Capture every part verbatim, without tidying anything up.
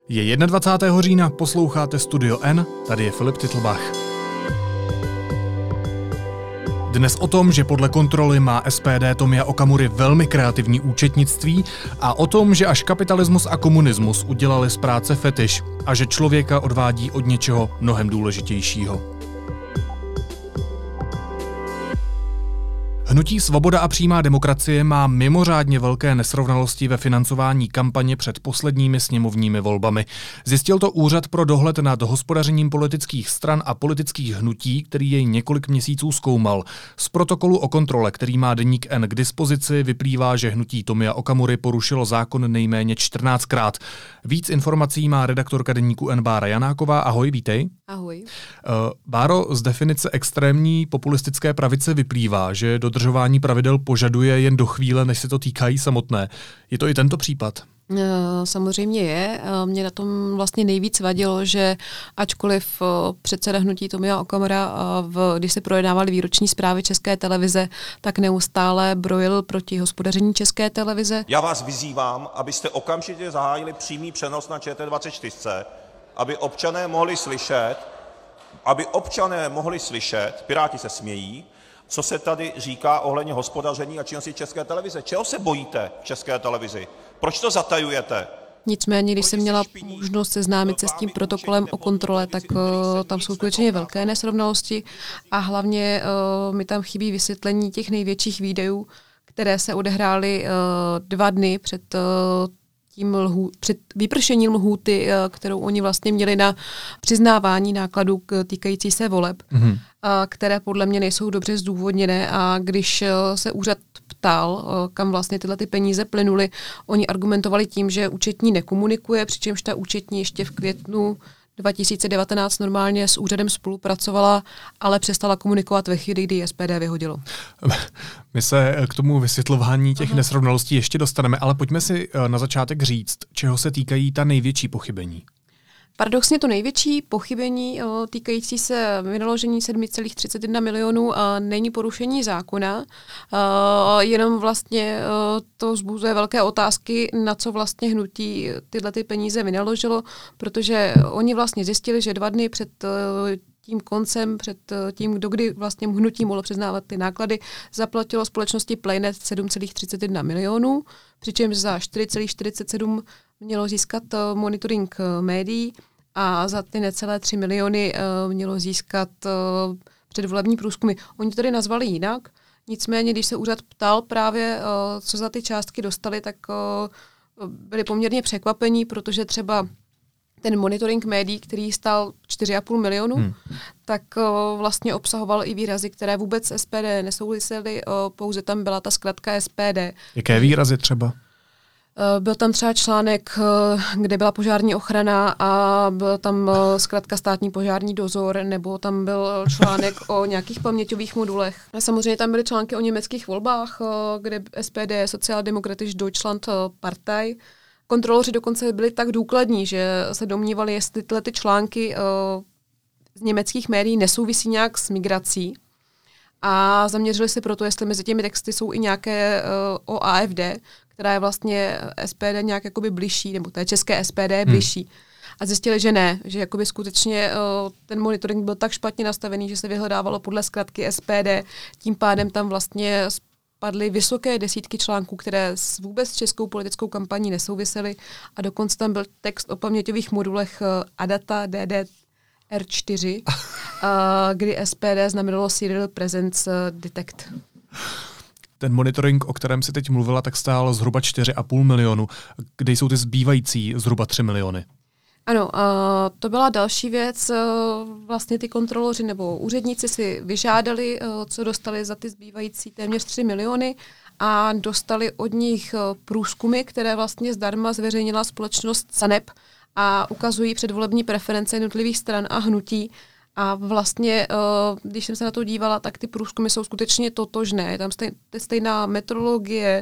Je dvacátého prvního října, posloucháte Studio N, tady je Filip Titlbach. Dnes o tom, že podle kontroly má S P D Tomia Okamury velmi kreativní účetnictví a o tom, že až kapitalismus a komunismus udělali z práce fetiš a že člověka odvádí od něčeho mnohem důležitějšího. Hnutí Svoboda a přímá demokracie má mimořádně velké nesrovnalosti ve financování kampaně před posledními sněmovními volbami. Zjistil to Úřad pro dohled nad hospodařením politických stran a politických hnutí, který jej několik měsíců zkoumal. Z protokolu o kontrole, který má deník N k dispozici, vyplývá, že hnutí Tomia Okamury porušilo zákon nejméně čtrnáctkrát. Víc informací má redaktorka deníku N Bára Janáková. Ahoj, vítej. Ahoj. Uh, Báro, z definice extrémní populistické pravice vyplývá, že dodržování pravidel požaduje jen do chvíle, než se to týkají samotné. Je to i tento případ? Samozřejmě je. Mě na tom vlastně nejvíc vadilo, že ačkoliv předseda hnutí Tomia Okamura, když se projednávaly výroční zprávy České televize, tak neustále brojil proti hospodaření České televize. Já vás vyzývám, abyste okamžitě zahájili přímý přenos na Č T dvacet čtyři, aby občané mohli slyšet, aby občané mohli slyšet, Piráti se smějí, co se tady říká ohledně hospodaření a činnosti České televize. Čeho se bojíte v České televizi? Proč to zatajujete? Nicméně, když jsem měla možnost seznámit se s tím protokolem o kontrole, tak uh, tam jsou skutečně velké nesrovnalosti a hlavně uh, mi tam chybí vysvětlení těch největších výdajů, které se odehrály uh, dva dny před uh, tím lhů, před vypršením lhůty, kterou oni vlastně měli na přiznávání nákladů týkající se voleb, mm-hmm. které podle mě nejsou dobře zdůvodněné, a když se úřad ptal, kam vlastně tyhle ty peníze plynuly, oni argumentovali tím, že účetní nekomunikuje, přičemž ta účetní ještě v květnu dva tisíce devatenáct normálně s úřadem spolupracovala, ale přestala komunikovat ve chvíli, kdy S P D vyhodilo. My se k tomu vysvětlování těch Aha. nesrovnalostí ještě dostaneme, ale pojďme si na začátek říct, čeho se týkají ta největší pochybení. Paradoxně to největší pochybení o, týkající se vynaložení sedm celá třicet jedna milionů a není porušení zákona, a, jenom vlastně a, to vzbuzuje velké otázky, na co vlastně hnutí tyhle ty peníze vynaložilo, protože oni vlastně zjistili, že dva dny před a, tím koncem, před tím, kdo kdy vlastně hnutí mohlo přiznávat ty náklady, zaplatilo společnosti Playnet sedm celá třicet jedna milionů, přičemž za čtyři celá čtyřicet sedm mělo získat monitoring médií a za ty necelé tři miliony uh, mělo získat uh, předvolební průzkumy. Oni to tady nazvali jinak, nicméně, když se úřad ptal právě, uh, co za ty částky dostali, tak uh, byli poměrně překvapení, protože třeba ten monitoring médií, který stál čtyři a půl milionu, hmm. tak uh, vlastně obsahoval i výrazy, které vůbec S P D nesouvisely, uh, pouze tam byla ta zkratka S P D. Jaké výrazy třeba? Byl tam třeba článek, kde byla požární ochrana a byl tam zkrátka státní požární dozor, nebo tam byl článek o nějakých paměťových modulech. A samozřejmě tam byly články o německých volbách, kde S P D, Sozialdemokratische Deutschland Partei. Kontroloři dokonce byli tak důkladní, že se domnívali, jestli tyhle ty články z německých médií nesouvisí nějak s migrací. A zaměřili se proto, jestli mezi těmi texty jsou i nějaké uh, o A F D, která je vlastně S P D nějak jakoby bližší, nebo té české S P D je bližší. Hmm. A zjistili, že ne, že jakoby skutečně uh, ten monitoring byl tak špatně nastavený, že se vyhledávalo podle zkratky S P D. Tím pádem tam vlastně spadly vysoké desítky článků, které s vůbec s českou politickou kampaní nesouvisely, a dokonce tam byl text o paměťových modulech uh, ADATA D D R čtyři, uh, kdy S P D znamenalo Serial Presence Detect. Ten monitoring, o kterém si teď mluvila, tak stál zhruba čtyři a půl milionu. Kde jsou ty zbývající zhruba tři miliony? Ano, uh, to byla další věc. Uh, vlastně ty kontroloři nebo úředníci si vyžádali, uh, co dostali za ty zbývající téměř tři miliony, a dostali od nich uh, průzkumy, které vlastně zdarma zveřejnila společnost SANEP a ukazují předvolební preference jednotlivých stran a hnutí. A vlastně, když jsem se na to dívala, tak ty průzkumy jsou skutečně totožné. Je tam stej, stejná metrologie,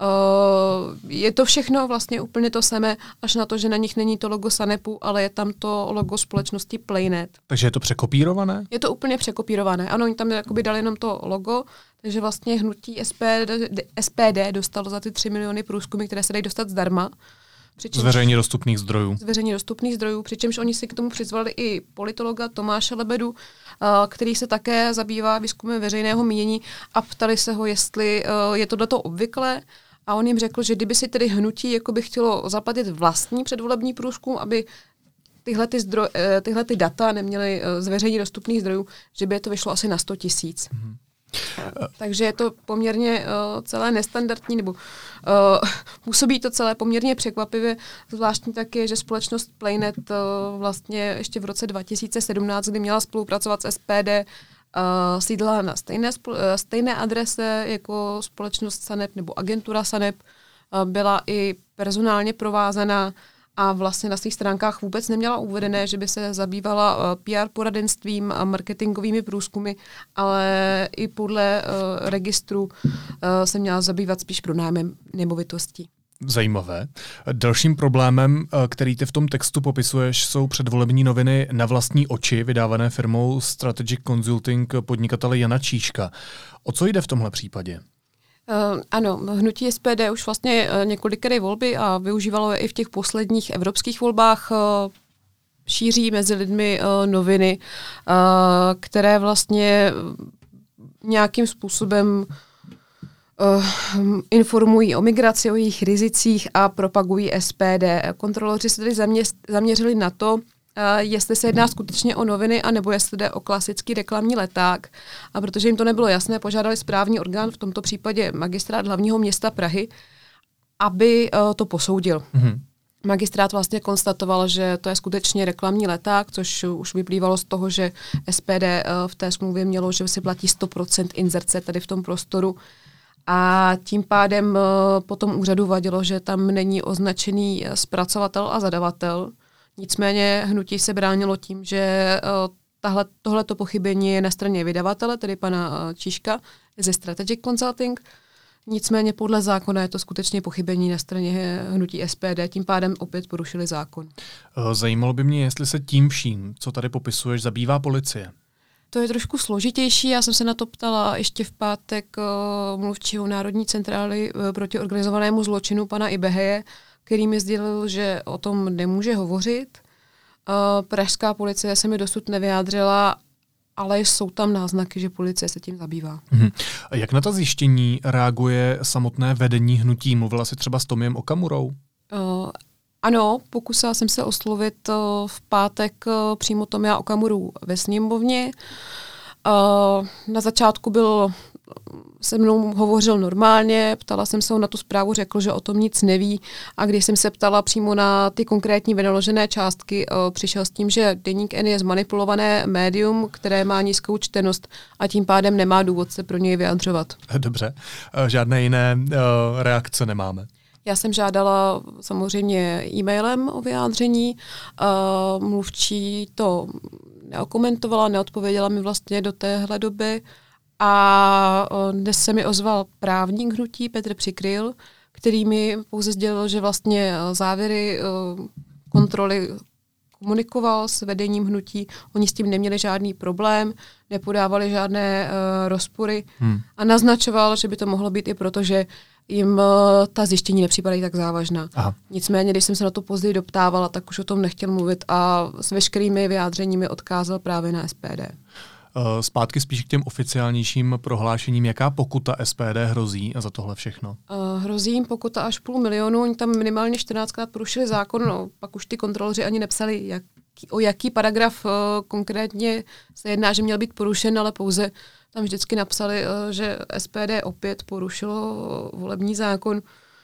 je to všechno vlastně úplně to samé, až na to, že na nich není to logo SANEPu, ale je tam to logo společnosti Playnet. Takže je to překopírované? Je to úplně překopírované. Ano, oni tam jakoby dali jenom to logo, takže vlastně hnutí S P D, S P D dostalo za ty tři miliony průzkumy, které se dají dostat zdarma. Přičemž, z veřejně dostupných zdrojů. Z veřejně dostupných zdrojů, přičemž oni si k tomu přizvali i politologa Tomáše Lebedu, který se také zabývá výzkumem veřejného mínění a ptali se ho, jestli je tohleto obvyklé. A on jim řekl, že kdyby si tedy hnutí jakoby chtělo zaplatit vlastní předvolební průzkum, aby tyhle, ty zdroj, tyhle ty data neměly z veřejně dostupných zdrojů, že by je to vyšlo asi na sto tisíc. Mm. Takže je to poměrně uh, celé nestandardní, nebo uh, působí to celé poměrně překvapivě. Zvláštní tak je, že společnost Playnet uh, vlastně ještě v roce dva tisíce sedmnáct, kdy měla spolupracovat s S P D, uh, sídla na stejné, spol- uh, stejné adrese jako společnost Sanep nebo agentura Sanep, uh, byla i personálně provázaná a vlastně na svých stránkách vůbec neměla uvedené, že by se zabývala P R poradenstvím a marketingovými průzkumy, ale i podle uh, registru uh, se měla zabývat spíš pronájmem nemovitostí. Zajímavé. Dalším problémem, který ty v tom textu popisuješ, jsou předvolební noviny Na vlastní oči, vydávané firmou Strategic Consulting podnikatele Jana Číška. O co jde v tomhle případě? Uh, ano, hnutí S P D už vlastně uh, několikrát volby a využívalo je i v těch posledních evropských volbách, uh, šíří mezi lidmi uh, noviny, uh, které vlastně nějakým způsobem uh, informují o migraci, o jejich rizicích a propagují S P D. Kontroloři se tedy zamě- zaměřili na to, Uh, jestli se jedná skutečně o noviny, anebo jestli jde o klasický reklamní leták. A protože jim to nebylo jasné, požádali správní orgán, v tomto případě magistrát hlavního města Prahy, aby uh, to posoudil. Mm-hmm. Magistrát vlastně konstatoval, že to je skutečně reklamní leták, což už vyplývalo z toho, že S P D uh, v té smlouvě mělo, že si platí sto procent inzerce tady v tom prostoru. A tím pádem uh, potom úřadu vadilo, že tam není označený zpracovatel a zadavatel. Nicméně hnutí se bránilo tím, že uh, tahle, tohleto pochybení je na straně vydavatele, tedy pana uh, Číška ze Strategic Consulting. Nicméně podle zákona je to skutečně pochybení na straně hnutí S P D, tím pádem opět porušili zákon. Zajímalo by mě, jestli se tím vším, co tady popisuješ, zabývá policie. To je trošku složitější. Já jsem se na to ptala ještě v pátek uh, mluvčího Národní centrály uh, proti organizovanému zločinu pana Ibeheje, který mi sdělil, že o tom nemůže hovořit. Uh, pražská policie se mi dosud nevyjádřila, ale jsou tam náznaky, že policie se tím zabývá. Mhm. A jak na ta zjištění reaguje samotné vedení hnutí? Mluvila jsi třeba s Tomiem Okamurou? Uh, ano, pokusila jsem se oslovit uh, v pátek uh, přímo Tomia Okamuru ve sněmovně. Uh, na začátku byl se mnou hovořil normálně, ptala jsem se ho na tu zprávu, řekl, že o tom nic neví a když jsem se ptala přímo na ty konkrétní vynaložené částky, uh, přišel s tím, že Deník N je zmanipulované médium, které má nízkou čtenost a tím pádem nemá důvod se pro něj vyjadřovat. Dobře, žádné jiné uh, reakce nemáme. Já jsem žádala samozřejmě e-mailem o vyjádření, uh, mluvčí to neokomentovala, neodpověděla mi vlastně do téhle doby a uh, dnes se mi ozval právník hnutí Petr Přikryl, který mi pouze sdělil, že vlastně závěry uh, kontroly komunikoval s vedením hnutí, oni s tím neměli žádný problém, nepodávali žádné uh, rozpory hmm. a naznačoval, že by to mohlo být i proto, že jim uh, ta zjištění nepřipadají tak závažná. Aha. Nicméně, když jsem se na to později doptávala, tak už o tom nechtěl mluvit a s veškerými vyjádřeními odkázal právě na S P D. Zpátky spíš k těm oficiálnějším prohlášením, jaká pokuta S P D hrozí za tohle všechno? Uh, hrozí jim pokuta až půl milionu, oni tam minimálně čtrnáctkrát porušili zákon, no, pak už ty kontroloři ani nepsali, jak, o jaký paragraf uh, konkrétně se jedná, že měl být porušen, ale pouze tam vždycky napsali, uh, že S P D opět porušilo uh, volební zákon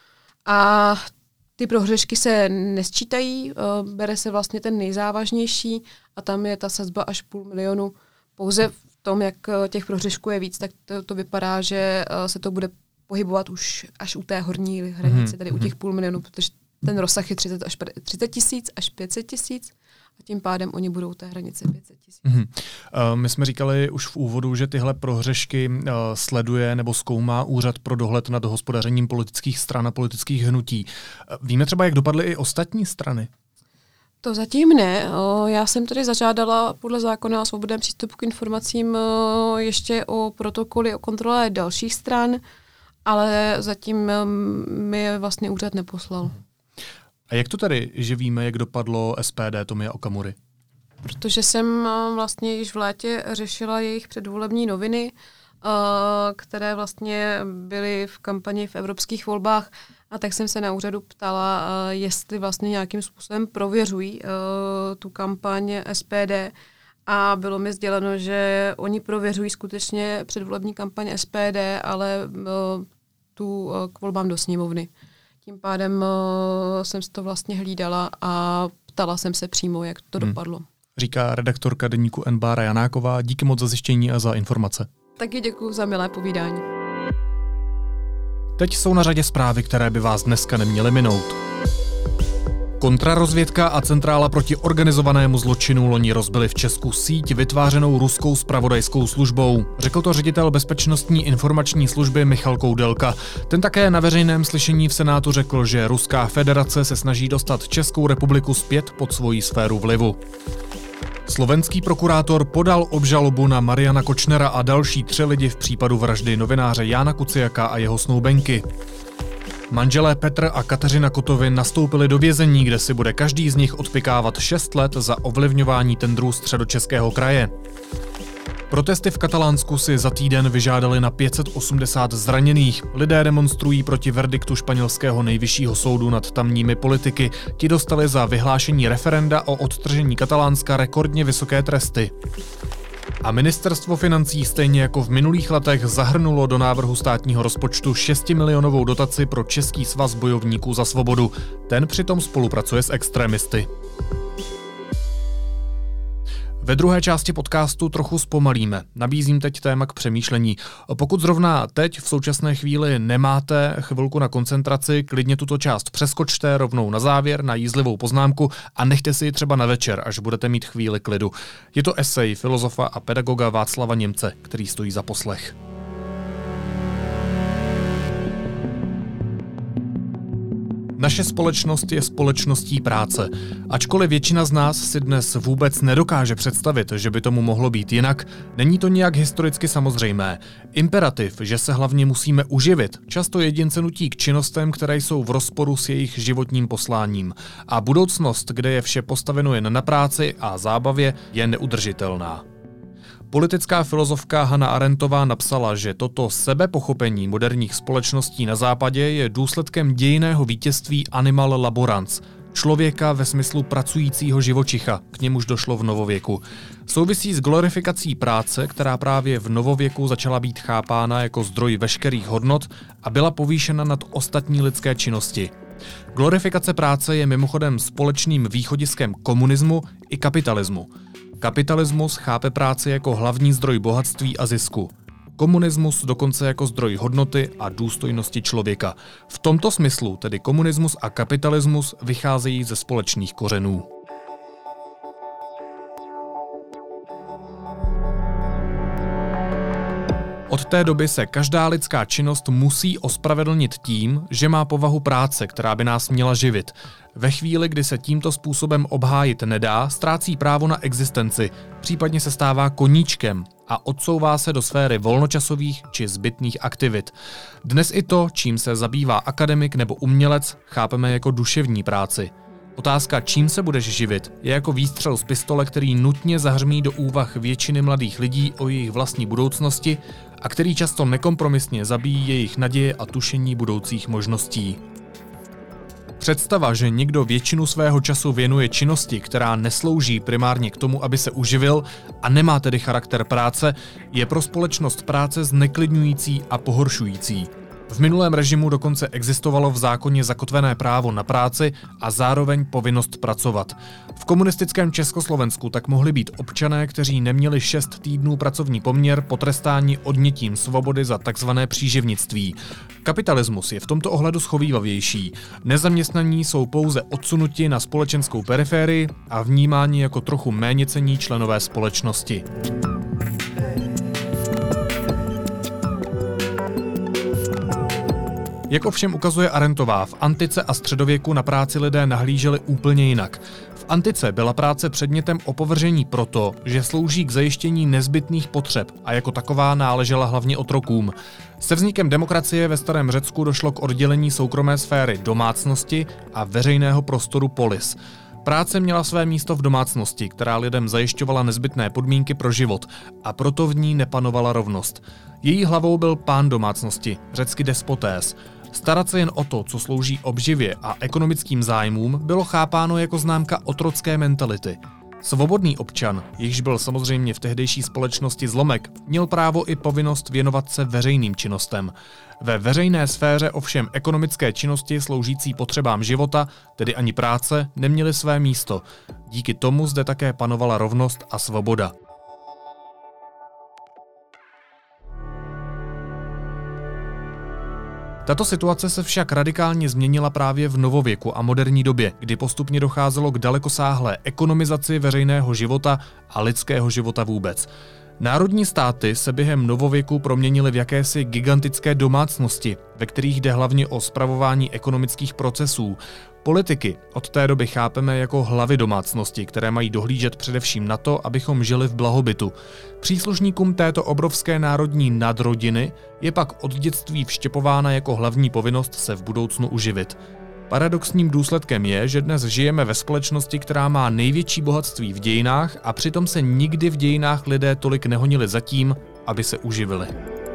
a ty prohřešky se nesčítají, uh, bere se vlastně ten nejzávažnější a tam je ta sazba až půl milionu. Pouze v tom, jak těch prohřešků je víc, tak to, to vypadá, že uh, se to bude pohybovat už až u té horní hranice, tedy u těch půl milionu, protože ten rozsah je třicet až třicet tisíc až pět set tisíc a tím pádem oni budou u té hranice pět set tisíc. Mm-hmm. Uh, my jsme říkali už v úvodu, že tyhle prohřešky uh, sleduje nebo zkoumá Úřad pro dohled nad hospodařením politických stran a politických hnutí. Uh, víme třeba, jak dopadly i ostatní strany? To zatím ne. Já jsem tedy zažádala podle zákona o svobodném přístupu k informacím ještě o protokoly o kontrole dalších stran, ale zatím mi je vlastně úřad neposlal. A jak to tady, že víme, jak dopadlo S P D Tomia Okamury? Protože jsem vlastně již v létě řešila jejich předvolební noviny, které vlastně byly v kampani v evropských volbách, a tak jsem se na úřadu ptala, jestli vlastně nějakým způsobem prověřují tu kampaň S P D, a bylo mi sděleno, že oni prověřují skutečně předvolební kampaň S P D, ale tu k volbám do sněmovny. Tím pádem jsem si to vlastně hlídala a ptala jsem se přímo, jak to hmm. dopadlo. Říká redaktorka deníku N Bára Janáková. Díky moc za zjištění a za informace. Taky děkuji za milé povídání. Teď jsou na řadě zprávy, které by vás dneska neměly minout. Kontrarozvědka a Centrála proti organizovanému zločinu loni rozbili v Česku síť vytvářenou ruskou zpravodajskou službou. Řekl to ředitel Bezpečnostní informační služby Michal Koudelka. Ten také na veřejném slyšení v Senátu řekl, že Ruská federace se snaží dostat Českou republiku zpět pod svoji sféru vlivu. Slovenský prokurátor podal obžalobu na Mariana Kočnera a další tři lidi v případu vraždy novináře Jána Kuciaka a jeho snoubenky. Manželé Petr a Kateřina Kotovi nastoupili do vězení, kde si bude každý z nich odpikávat šest let za ovlivňování tendrů Středočeského kraje. Protesty v Katalánsku si za týden vyžádali na pět set osmdesát zraněných. Lidé demonstrují proti verdiktu španělského nejvyššího soudu nad tamními politiky. Ti dostali za vyhlášení referenda o odtržení Katalánska rekordně vysoké tresty. A ministerstvo financí stejně jako v minulých letech zahrnulo do návrhu státního rozpočtu šestimilionovou dotaci pro Český svaz bojovníků za svobodu. Ten přitom spolupracuje s extremisty. Ve druhé části podcastu trochu zpomalíme. Nabízím teď téma k přemýšlení. Pokud zrovna teď v současné chvíli nemáte chvilku na koncentraci, klidně tuto část přeskočte rovnou na závěr, na jízlivou poznámku a nechte si ji třeba na večer, až budete mít chvíli klidu. Je to esej filozofa a pedagoga Václava Němce, který stojí za poslech. Naše společnost je společností práce. Ačkoliv většina z nás si dnes vůbec nedokáže představit, že by tomu mohlo být jinak, není to nijak historicky samozřejmé. Imperativ, že se hlavně musíme uživit, často jedince nutí k činnostem, které jsou v rozporu s jejich životním posláním. A budoucnost, kde je vše postaveno jen na práci a zábavě, je neudržitelná. Politická filozofka Hannah Arendtová napsala, že toto sebepochopení moderních společností na západě je důsledkem dějinného vítězství animal laborans, člověka ve smyslu pracujícího živočicha, k němuž došlo v novověku. Souvisí s glorifikací práce, která právě v novověku začala být chápána jako zdroj veškerých hodnot a byla povýšena nad ostatní lidské činnosti. Glorifikace práce je mimochodem společným východiskem komunismu i kapitalismu. Kapitalismus chápe práci jako hlavní zdroj bohatství a zisku. Komunismus dokonce jako zdroj hodnoty a důstojnosti člověka. V tomto smyslu tedy komunismus a kapitalismus vycházejí ze společných kořenů. Od té doby se každá lidská činnost musí ospravedlnit tím, že má povahu práce, která by nás měla živit. Ve chvíli, kdy se tímto způsobem obhájit nedá, ztrácí právo na existenci, případně se stává koníčkem a odsouvá se do sféry volnočasových či zbytných aktivit. Dnes i to, čím se zabývá akademik nebo umělec, chápeme jako duševní práci. Otázka, čím se budeš živit, je jako výstřel z pistole, který nutně zahřmí do úvah většiny mladých lidí o jejich vlastní budoucnosti a který často nekompromisně zabíjí jejich naděje a tušení budoucích možností. Představa, že někdo většinu svého času věnuje činnosti, která neslouží primárně k tomu, aby se uživil a nemá tedy charakter práce, je pro společnost práce zneklidňující a pohoršující. V minulém režimu dokonce existovalo v zákoně zakotvené právo na práci a zároveň povinnost pracovat. V komunistickém Československu tak mohli být občané, kteří neměli šest týdnů pracovní poměr, potrestáni odnětím svobody za takzvané příživnictví. Kapitalismus je v tomto ohledu schovývavější. Nezaměstnaní jsou pouze odsunuti na společenskou periférii a vnímáni jako trochu méněcenní členové společnosti. Jak ovšem ukazuje Arendtová, v antice a středověku na práci lidé nahlíželi úplně jinak. V V antice byla práce předmětem opovržení proto, že slouží k zajištění nezbytných potřeb a jako taková náležela hlavně otrokům. Se vznikem demokracie ve starém Řecku došlo k oddělení soukromé sféry domácnosti a veřejného prostoru polis. Práce měla své místo v domácnosti, která lidem zajišťovala nezbytné podmínky pro život, a proto v ní nepanovala rovnost. Její hlavou byl pán domácnosti, řecky despotés. Starat se jen o to, co slouží obživě a ekonomickým zájmům, bylo chápáno jako známka otrocké mentality. Svobodný občan, jichž byl samozřejmě v tehdejší společnosti zlomek, měl právo i povinnost věnovat se veřejným činnostem. Ve veřejné sféře ovšem ekonomické činnosti sloužící potřebám života, tedy ani práce, neměly své místo. Díky tomu zde také panovala rovnost a svoboda. Tato situace se však radikálně změnila právě v novověku a moderní době, kdy postupně docházelo k dalekosáhlé ekonomizaci veřejného života a lidského života vůbec. Národní státy se během novověku proměnily v jakési gigantické domácnosti, ve kterých jde hlavně o spravování ekonomických procesů. Politiky od té doby chápeme jako hlavy domácnosti, které mají dohlížet především na to, abychom žili v blahobytu. Příslušníkům této obrovské národní nadrodiny je pak od dětství vštěpována jako hlavní povinnost se v budoucnu uživit. Paradoxním důsledkem je, že dnes žijeme ve společnosti, která má největší bohatství v dějinách, a přitom se nikdy v dějinách lidé tolik nehonili za tím, aby se uživili.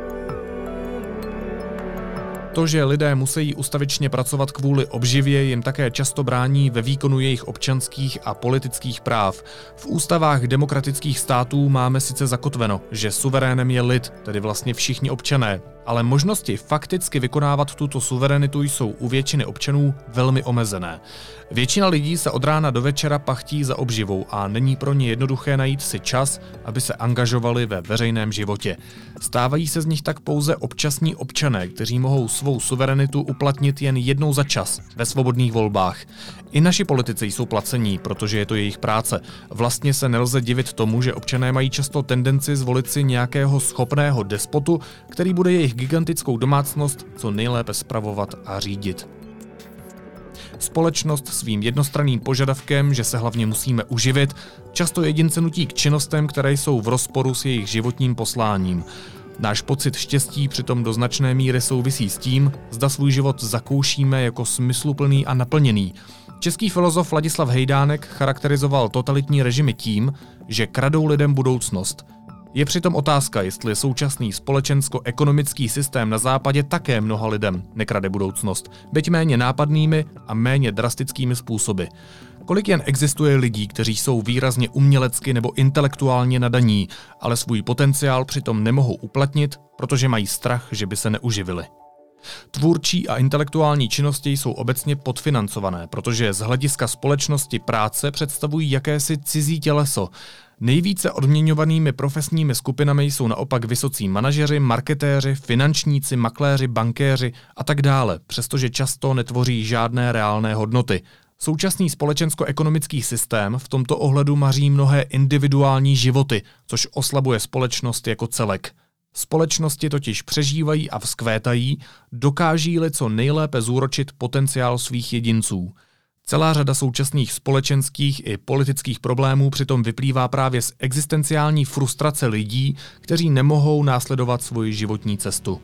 To, že lidé musí ustavičně pracovat kvůli obživě, jim také často brání ve výkonu jejich občanských a politických práv. V ústavách demokratických států máme sice zakotveno, že suverénem je lid, tedy vlastně všichni občané, ale možnosti fakticky vykonávat tuto suverenitu jsou u většiny občanů velmi omezené. Většina lidí se od rána do večera pachtí za obživou a není pro ně jednoduché najít si čas, aby se angažovali ve veřejném životě. Stávají se z nich tak pouze občasní občané, kteří mohou svou suverenitu uplatnit jen jednou za čas ve svobodných volbách. I naši politici jsou placení, protože je to jejich práce. Vlastně se nelze divit tomu, že občané mají často tendenci zvolit si nějakého schopného despotu, který bude jejich gigantickou domácnost co nejlépe spravovat a řídit. Společnost svým jednostranným požadavkem, že se hlavně musíme uživit, často jedince nutí k činnostem, které jsou v rozporu s jejich životním posláním. Náš pocit štěstí přitom do značné míry souvisí s tím, zda svůj život zakoušíme jako smysluplný a naplněný. Český filozof Ladislav Hejdánek charakterizoval totalitní režimy tím, že kradou lidem budoucnost. Je přitom otázka, jestli současný společensko-ekonomický systém na západě také mnoha lidem nekrade budoucnost, byť méně nápadnými a méně drastickými způsoby. Kolik jen existuje lidí, kteří jsou výrazně umělecky nebo intelektuálně nadaní, ale svůj potenciál přitom nemohou uplatnit, protože mají strach, že by se neuživili. Tvůrčí a intelektuální činnosti jsou obecně podfinancované, protože z hlediska společnosti práce představují jakési cizí těleso. Nejvíce odměňovanými profesními skupinami jsou naopak vysocí manažeři, marketéři, finančníci, makléři, bankéři a tak dále, přestože často netvoří žádné reálné hodnoty. Současný společensko-ekonomický systém v tomto ohledu maří mnohé individuální životy, což oslabuje společnost jako celek. Společnosti totiž přežívají a vzkvétají, dokáží-li co nejlépe zúročit potenciál svých jedinců. Celá řada současných společenských i politických problémů přitom vyplývá právě z existenciální frustrace lidí, kteří nemohou následovat svoji životní cestu.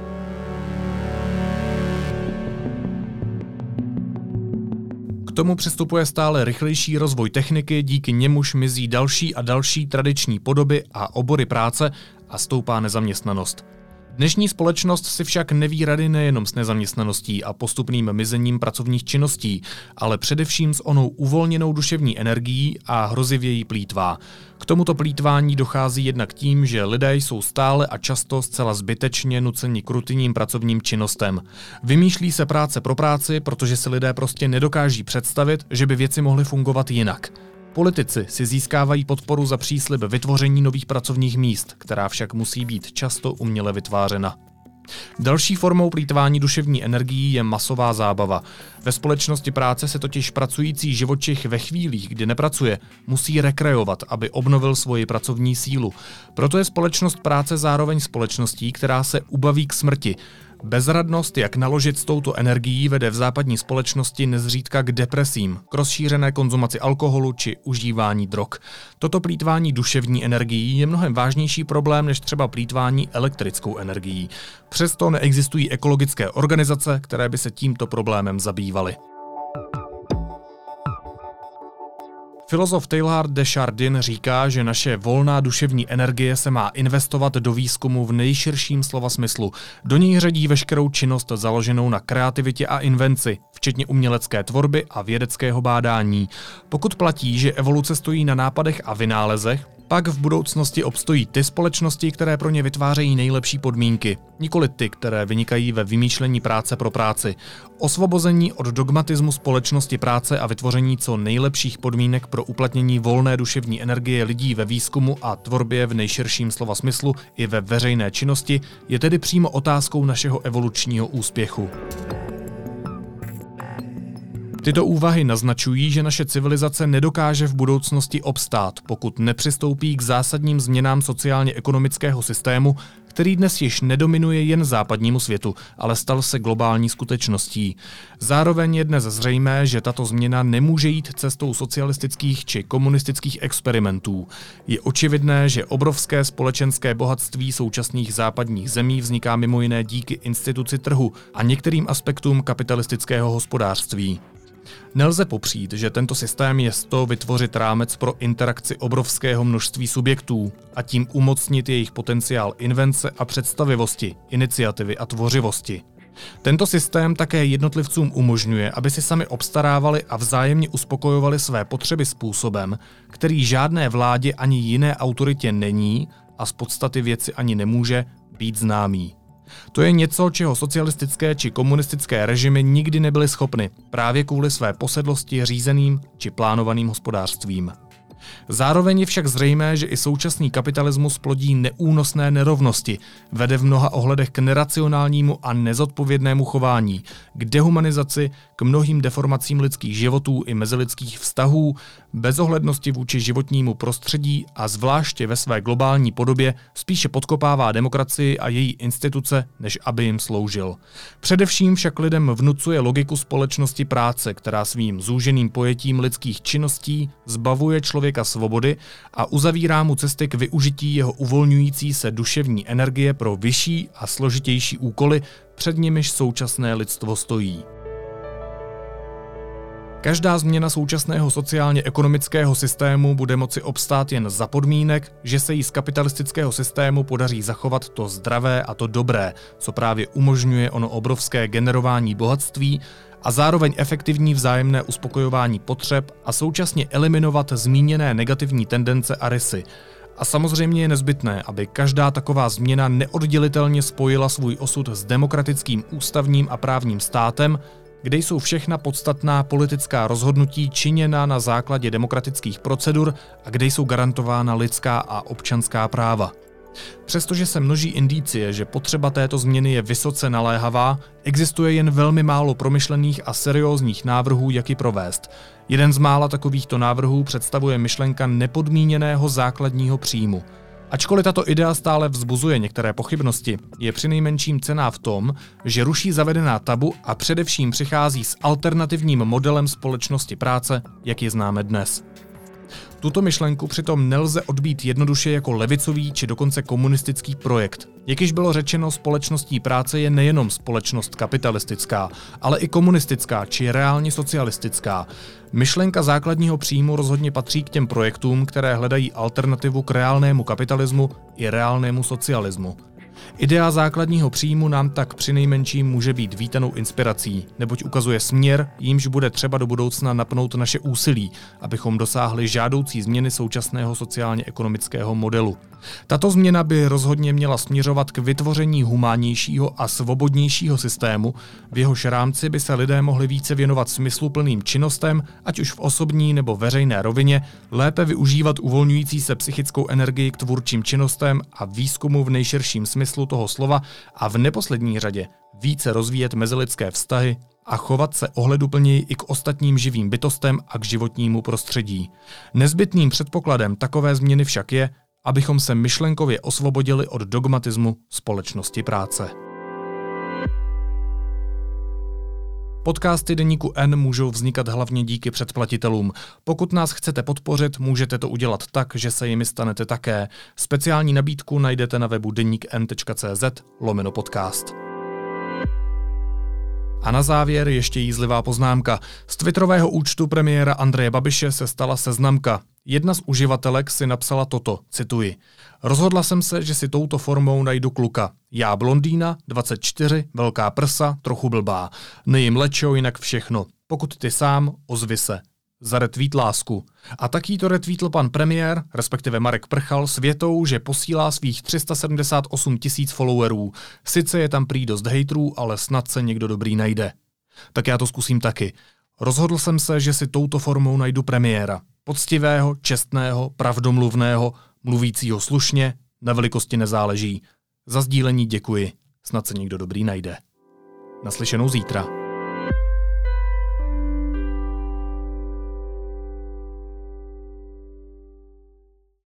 K tomu přistupuje stále rychlejší rozvoj techniky, díky němuž mizí další a další tradiční podoby a obory práce a stoupá nezaměstnanost. Dnešní společnost si však neví rady nejenom s nezaměstnaností a postupným mizením pracovních činností, ale především s onou uvolněnou duševní energií a hrozivě jí plýtvá. K tomuto plýtvání dochází jednak tím, že lidé jsou stále a často zcela zbytečně nuceni k rutinním pracovním činnostem. Vymýšlí se práce pro práci, protože si lidé prostě nedokáží představit, že by věci mohly fungovat jinak. Politici si získávají podporu za příslib vytvoření nových pracovních míst, která však musí být často uměle vytvářena. Další formou plýtvání duševní energií je masová zábava. Ve společnosti práce se totiž pracující živočich ve chvílích, kdy nepracuje, musí rekreovat, aby obnovil svoji pracovní sílu. Proto je společnost práce zároveň společností, která se ubaví k smrti. Bezradnost, jak naložit s touto energií, vede v západní společnosti nezřídka k depresím, k rozšířené konzumaci alkoholu či užívání drog. Toto plýtvání duševní energií je mnohem vážnější problém než třeba plýtvání elektrickou energií. Přesto neexistují ekologické organizace, které by se tímto problémem zabývaly. Filozof Teilhard de Chardin říká, že naše volná duševní energie se má investovat do výzkumu v nejširším slova smyslu. Do něj řadí veškerou činnost založenou na kreativitě a invenci, včetně umělecké tvorby a vědeckého bádání. Pokud platí, že evoluce stojí na nápadech a vynálezech, pak v budoucnosti obstojí ty společnosti, které pro ně vytvářejí nejlepší podmínky, nikoli ty, které vynikají ve vymýšlení práce pro práci. Osvobození od dogmatismu společnosti práce a vytvoření co nejlepších podmínek pro uplatnění volné duševní energie lidí ve výzkumu a tvorbě v nejširším slova smyslu i ve veřejné činnosti je tedy přímo otázkou našeho evolučního úspěchu. Tyto úvahy naznačují, že naše civilizace nedokáže v budoucnosti obstát, pokud nepřistoupí k zásadním změnám sociálně-ekonomického systému, který dnes již nedominuje jen západnímu světu, ale stal se globální skutečností. Zároveň je dnes zřejmé, že tato změna nemůže jít cestou socialistických či komunistických experimentů. Je očividné, že obrovské společenské bohatství současných západních zemí vzniká mimo jiné díky instituci trhu a některým aspektům kapitalistického hospodářství. Nelze popřít, že tento systém je s to vytvořit rámec pro interakci obrovského množství subjektů a tím umocnit jejich potenciál invence a představivosti, iniciativy a tvořivosti. Tento systém také jednotlivcům umožňuje, aby si sami obstarávali a vzájemně uspokojovali své potřeby způsobem, který žádné vládě ani jiné autoritě není a z podstaty věci ani nemůže být známý. To je něco, čeho socialistické či komunistické režimy nikdy nebyly schopny, právě kvůli své posedlosti řízeným či plánovaným hospodářstvím. Zároveň je však zřejmé, že i současný kapitalismus plodí neúnosné nerovnosti, vede v mnoha ohledech k neracionálnímu a nezodpovědnému chování, k dehumanizaci, k mnohým deformacím lidských životů i mezilidských vztahů, bezohlednosti vůči životnímu prostředí a zvláště ve své globální podobě spíše podkopává demokracii a její instituce, než aby jim sloužil. Především však lidem vnucuje logiku společnosti práce, která svým zúženým pojetím lidských činností zbavuje člověka svobody a uzavírá mu cesty k využití jeho uvolňující se duševní energie pro vyšší a složitější úkoly, před nimiž současné lidstvo stojí. Každá změna současného sociálně-ekonomického systému bude moci obstát jen za podmínek, že se jí z kapitalistického systému podaří zachovat to zdravé a to dobré, co právě umožňuje ono obrovské generování bohatství a zároveň efektivní vzájemné uspokojování potřeb a současně eliminovat zmíněné negativní tendence a rysy. A samozřejmě je nezbytné, aby každá taková změna neoddělitelně spojila svůj osud s demokratickým ústavním a právním státem, kde jsou všechna podstatná politická rozhodnutí činěna na základě demokratických procedur a kde jsou garantována lidská a občanská práva. Přestože se množí indicie, že potřeba této změny je vysoce naléhavá, existuje jen velmi málo promyšlených a seriózních návrhů, jak ji provést. Jeden z mála takovýchto návrhů představuje myšlenka nepodmíněného základního příjmu. Ačkoliv tato idea stále vzbuzuje některé pochybnosti, je přinejmenším cenná v tom, že ruší zavedená tabu a především přichází s alternativním modelem společnosti práce, jak ji známe dnes. Tuto myšlenku přitom nelze odbít jednoduše jako levicový či dokonce komunistický projekt. Jak již bylo řečeno, společností práce je nejenom společnost kapitalistická, ale i komunistická či reálně socialistická. Myšlenka základního příjmu rozhodně patří k těm projektům, které hledají alternativu k reálnému kapitalismu i reálnému socialismu. Idea základního příjmu nám tak přinejmenším může být vítanou inspirací, neboť ukazuje směr, jímž bude třeba do budoucna napnout naše úsilí, abychom dosáhli žádoucí změny současného sociálně-ekonomického modelu. Tato změna by rozhodně měla směřovat k vytvoření humánnějšího a svobodnějšího systému, v jehož rámci by se lidé mohli více věnovat smysluplným činnostem, ať už v osobní nebo veřejné rovině, lépe využívat uvolňující se psychickou energii k tvůrčím činnostem a výzkumu v nejširším smyslu toho slova a v neposlední řadě více rozvíjet mezilidské vztahy a chovat se ohleduplněji i k ostatním živým bytostem a k životnímu prostředí. Nezbytným předpokladem takové změny však je, abychom se myšlenkově osvobodili od dogmatismu společnosti práce. Podcasty Deníku N můžou vznikat hlavně díky předplatitelům. Pokud nás chcete podpořit, můžete to udělat tak, že se jimi stanete také. Speciální nabídku najdete na webu denikn.cz lomeno podcast. A na závěr ještě jízlivá poznámka. Z twitterového účtu premiéra Andreje Babiše se stala seznamka. Jedna z uživatelek si napsala toto, cituji. Rozhodla jsem se, že si touto formou najdu kluka. Já blondýna, dvacet čtyři, velká prsa, trochu blbá. Nejím lečo, jinak všechno. Pokud ty sám, ozvi se. Za retweet lásku. A taky to retweetl pan premiér, respektive Marek Prchal, s větou, že posílá svých tři sta sedmdesát osm tisíc followerů. Sice je tam prý dost hejtrů, ale snad se někdo dobrý najde. Tak já to zkusím taky. Rozhodl jsem se, že si touto formou najdu premiéra. Poctivého, čestného, pravdomluvného, mluvícího slušně, na velikosti nezáleží. Za sdílení děkuji. Snad se někdo dobrý najde. Naslyšenou zítra.